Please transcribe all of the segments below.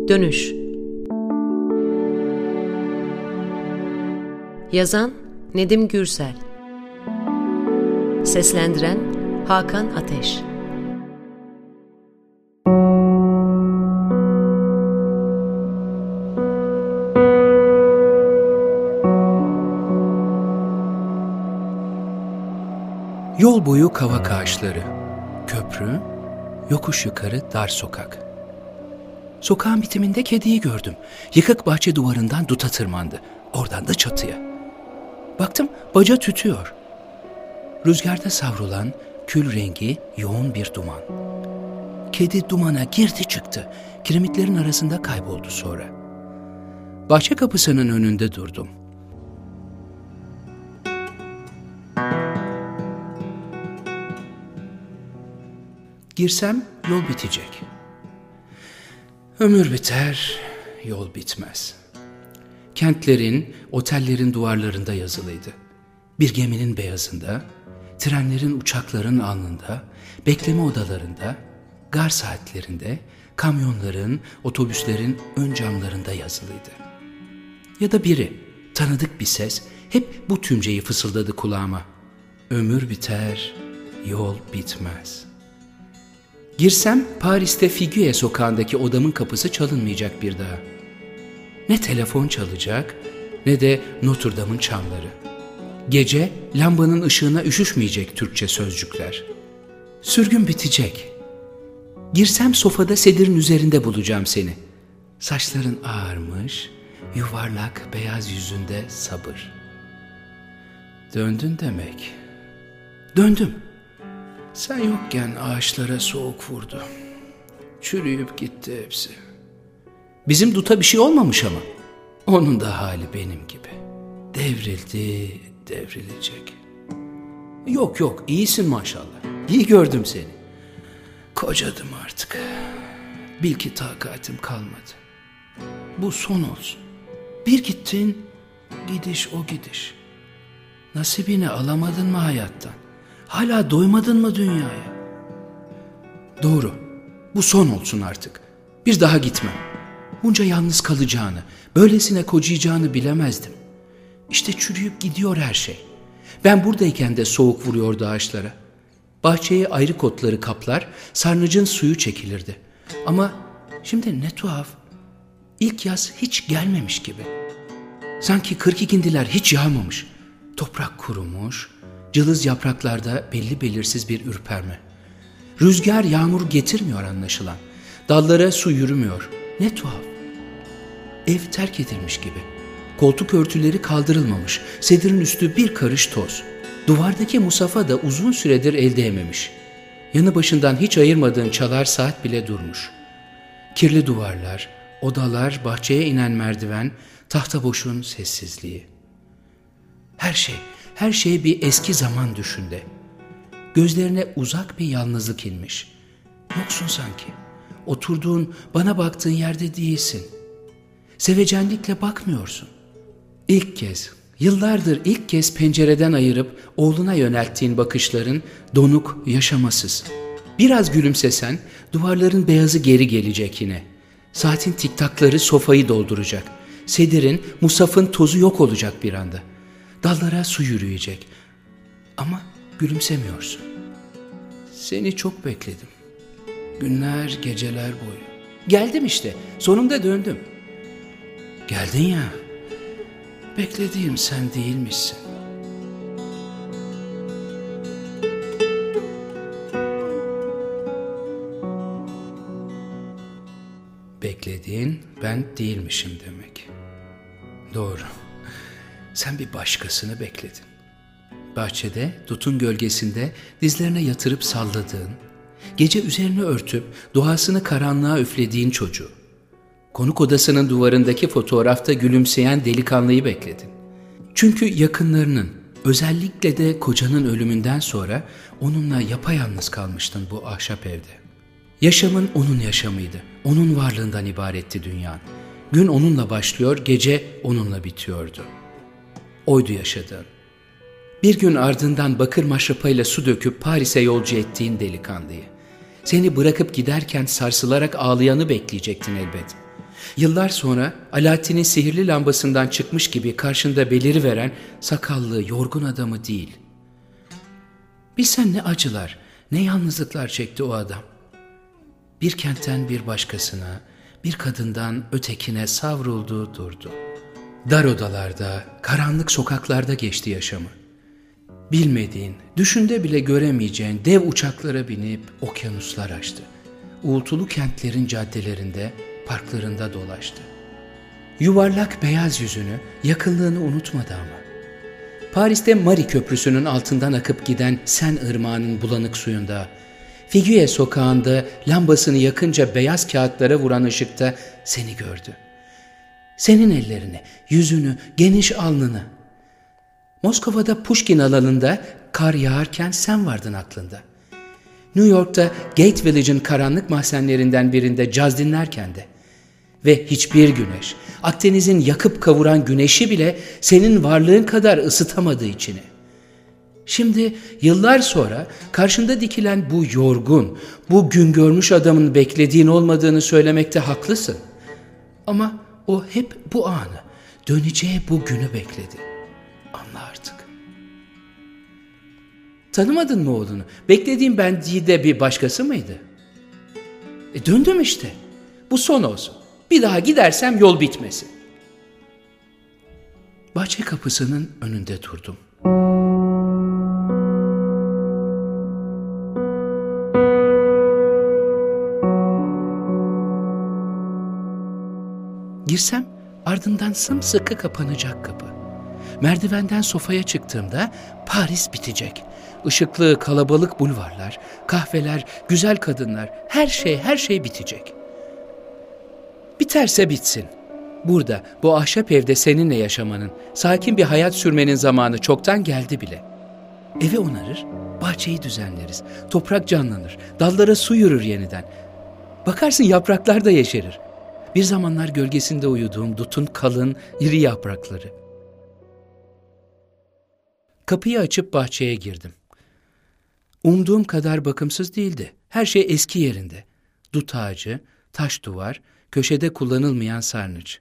Dönüş. Yazan Nedim Gürsel. Seslendiren Hakan Ateş. Yol boyu kavak ağaçları, köprü, yokuş yukarı dar sokak. Sokağın bitiminde kediyi gördüm. Yıkık bahçe duvarından duta tırmandı. Oradan da çatıya. Baktım baca tütüyor. Rüzgarda savrulan kül rengi yoğun bir duman. Kedi dumana girdi çıktı. Kiremitlerin arasında kayboldu sonra. Bahçe kapısının önünde durdum. Girsem yol bitecek. Ömür biter, yol bitmez. Kentlerin, otellerin duvarlarında yazılıydı. Bir geminin beyazında, trenlerin, uçakların alnında, bekleme odalarında, gar saatlerinde, kamyonların, otobüslerin ön camlarında yazılıydı. Ya da biri, tanıdık bir ses, hep bu tümceyi fısıldadı kulağıma. Ömür biter, yol bitmez. Girsem Paris'te Figuier sokağındaki odamın kapısı çalınmayacak bir daha. Ne telefon çalacak ne de Notre Dame'ın çanları. Gece lambanın ışığına üşüşmeyecek Türkçe sözcükler. Sürgün bitecek. Girsem sofada sedirin üzerinde bulacağım seni. Saçların ağarmış, yuvarlak beyaz yüzünde sabır. Döndün demek. Döndüm. Sen yokken ağaçlara soğuk vurdu. Çürüyüp gitti hepsi. Bizim duta bir şey olmamış ama. Onun da hali benim gibi. Devrildi, devrilecek. Yok, iyisin maşallah. İyi gördüm seni. Kocadım artık. Bil ki takatim kalmadı. Bu son olsun. Bir gittin, gidiş o gidiş. Nasibini alamadın mı hayattan? Hala doymadın mı dünyaya? Doğru, bu son olsun artık. Bir daha gitmem. Bunca yalnız kalacağını, böylesine kocayacağını bilemezdim. İşte çürüyüp gidiyor her şey. Ben buradayken de soğuk vuruyordu ağaçlara. Bahçeye ayrı kotları kaplar, sarnıcın suyu çekilirdi. Ama şimdi ne tuhaf, ilk yaz hiç gelmemiş gibi. Sanki 42'ndiler hiç yağmamış. Toprak kurumuş, cılız yapraklarda belli belirsiz bir ürperme. Rüzgar yağmur getirmiyor anlaşılan. Dallara su yürümüyor. Ne tuhaf. Ev terk edilmiş gibi. Koltuk örtüleri kaldırılmamış. Sedirin üstü bir karış toz. Duvardaki musafa da uzun süredir el değmemiş. Yanı başından hiç ayırmadığın çalar saat bile durmuş. Kirli duvarlar, odalar, bahçeye inen merdiven, tahta boşun sessizliği. Her şey bir eski zaman düşünde. Gözlerine uzak bir yalnızlık inmiş. Yoksun sanki. Oturduğun, bana baktığın yerde değilsin. Sevecenlikle bakmıyorsun. Yıllardır ilk kez pencereden ayırıp oğluna yönelttiğin bakışların donuk, yaşamasız. Biraz gülümsesen duvarların beyazı geri gelecek yine. Saatin tiktakları sofayı dolduracak. Sedirin, musafın tozu yok olacak bir anda. Dallara su yürüyecek. Ama gülümsemiyorsun. Seni çok bekledim. Günler, geceler boyu. Geldim işte. Sonunda döndüm. Geldin ya. Beklediğim sen değilmişsin. Beklediğin ben değilmişim demek. Doğru. Sen bir başkasını bekledin. Bahçede, dutun gölgesinde dizlerine yatırıp salladığın, gece üzerini örtüp duasını karanlığa üflediğin çocuğu. Konuk odasının duvarındaki fotoğrafta gülümseyen delikanlıyı bekledin. Çünkü yakınlarının, özellikle de kocanın ölümünden sonra onunla yapayalnız kalmıştın bu ahşap evde. Yaşamın onun yaşamıydı, onun varlığından ibaretti dünyan. Gün onunla başlıyor, gece onunla bitiyordu. Oydu yaşadığın. Bir gün ardından bakır maşrapayla su döküp Paris'e yolcu ettiğin delikanlıyı. Seni bırakıp giderken sarsılarak ağlayanı bekleyecektin elbet. Yıllar sonra Alaaddin'in sihirli lambasından çıkmış gibi karşında beliriveren sakallı, yorgun adamı değil. Bilsen ne acılar, ne yalnızlıklar çekti o adam. Bir kentten bir başkasına, bir kadından ötekine savruldu durdu. Dar odalarda, karanlık sokaklarda geçti yaşamı. Bilmediğin, düşünde bile göremeyeceğin dev uçaklara binip okyanuslar aştı. Uğultulu kentlerin caddelerinde, parklarında dolaştı. Yuvarlak beyaz yüzünü, yakınlığını unutmadı ama. Paris'te Mari Köprüsü'nün altından akıp giden Sen Irmağı'nın bulanık suyunda, Figuier sokağında lambasını yakınca beyaz kağıtlara vuran ışıkta seni gördü. Senin ellerini, yüzünü, geniş alnını. Moskova'da Pushkin alanında kar yağarken sen vardın aklında. New York'ta Gate Village'in karanlık mahzenlerinden birinde caz dinlerken de. Ve hiçbir güneş, Akdeniz'in yakıp kavuran güneşi bile senin varlığın kadar ısıtamadı içini. Şimdi yıllar sonra karşında dikilen bu yorgun, bu gün görmüş adamın beklediğin olmadığını söylemekte haklısın. Ama o hep bu anı, döneceği bu günü bekledi. Anla artık. Tanımadın mı oğlunu? Beklediğin benliği de bir başkası mıydı? Döndüm işte. Bu son olsun. Bir daha gidersem yol bitmesin. Bahçe kapısının önünde durdum. Girsem ardından sımsıkı kapanacak kapı. Merdivenden sofaya çıktığımda Paris bitecek. Işıklı kalabalık bulvarlar, kahveler, güzel kadınlar, her şey bitecek. Biterse bitsin. Burada, bu ahşap evde seninle yaşamanın, sakin bir hayat sürmenin zamanı çoktan geldi bile. Evi onarır, bahçeyi düzenleriz, toprak canlanır, dallara su yürür yeniden. Bakarsın yapraklar da yeşerir. Bir zamanlar gölgesinde uyuduğum dutun kalın, iri yaprakları. Kapıyı açıp bahçeye girdim. Umduğum kadar bakımsız değildi. Her şey eski yerinde. Dut ağacı, taş duvar, köşede kullanılmayan sarnıç.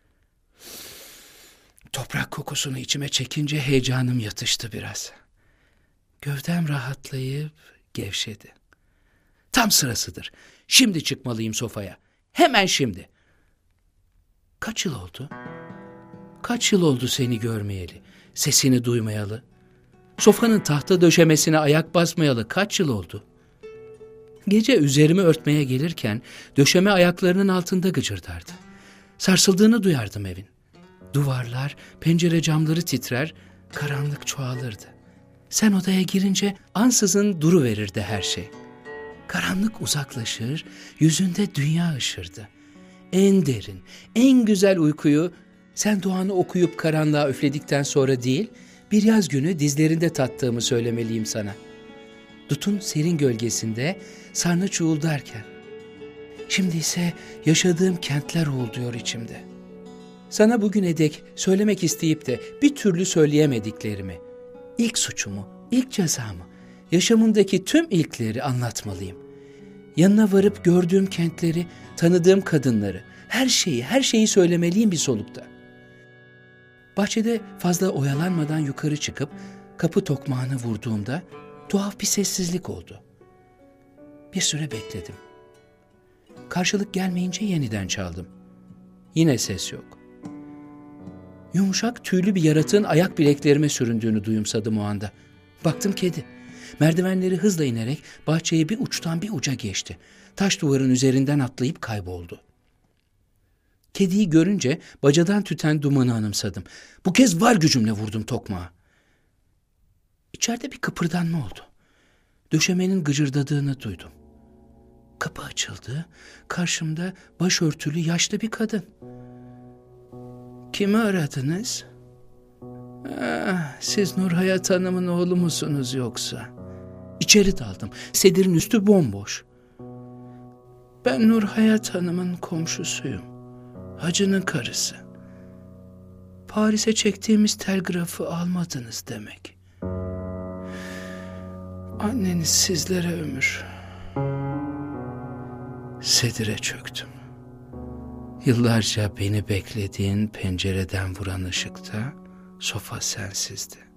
Toprak kokusunu içime çekince heyecanım yatıştı biraz. Gövdem rahatlayıp gevşedi. Tam sırasıdır. Şimdi çıkmalıyım sofaya. Hemen şimdi. Kaç yıl oldu? Kaç yıl oldu seni görmeyeli, sesini duymayalı? Sofanın tahta döşemesine ayak basmayalı kaç yıl oldu? Gece üzerimi örtmeye gelirken döşeme ayaklarının altında gıcırdardı. Sarsıldığını duyardım evin. Duvarlar, pencere camları titrer, karanlık çoğalırdı. Sen odaya girince ansızın duruverirdi her şey. Karanlık uzaklaşır, yüzünde dünya ışırdı. En derin, en güzel uykuyu sen duanı okuyup karanlığa üfledikten sonra değil, bir yaz günü dizlerinde tattığımı söylemeliyim sana. Dutun serin gölgesinde sarnıç uğuldarken. Şimdi ise yaşadığım kentler uğulduyor içimde. Sana bugüne dek söylemek isteyip de bir türlü söyleyemediklerimi, ilk suçumu, ilk cezamı, yaşamımdaki tüm ilkleri anlatmalıyım. Yanına varıp gördüğüm kentleri, tanıdığım kadınları, her şeyi söylemeliyim bir solukta. Bahçede fazla oyalanmadan yukarı çıkıp kapı tokmağını vurduğumda tuhaf bir sessizlik oldu. Bir süre bekledim. Karşılık gelmeyince yeniden çaldım. Yine ses yok. Yumuşak tüylü bir yaratığın ayak bileklerime süründüğünü duyumsadım o anda. Baktım kedi. Merdivenleri hızla inerek bahçeyi bir uçtan bir uca geçti. Taş duvarın üzerinden atlayıp kayboldu. Kediyi görünce bacadan tüten dumanı anımsadım. Bu kez var gücümle vurdum tokmağa. İçeride bir kıpırdanma oldu. Döşemenin gıcırdadığını duydum. Kapı açıldı. Karşımda başörtülü yaşlı bir kadın. Kimi aradınız? Siz Nurhayat Hanım'ın oğlu musunuz yoksa? İçeri daldım. Sedirin üstü bomboş. Ben Nurhayat Hanım'ın komşusuyum. Hacının karısı. Paris'e çektiğimiz telgrafı almadınız demek. Anneniz sizlere ömür. Sedire çöktüm. Yıllarca beni beklediğin pencereden vuran ışıkta sofa sensizdi.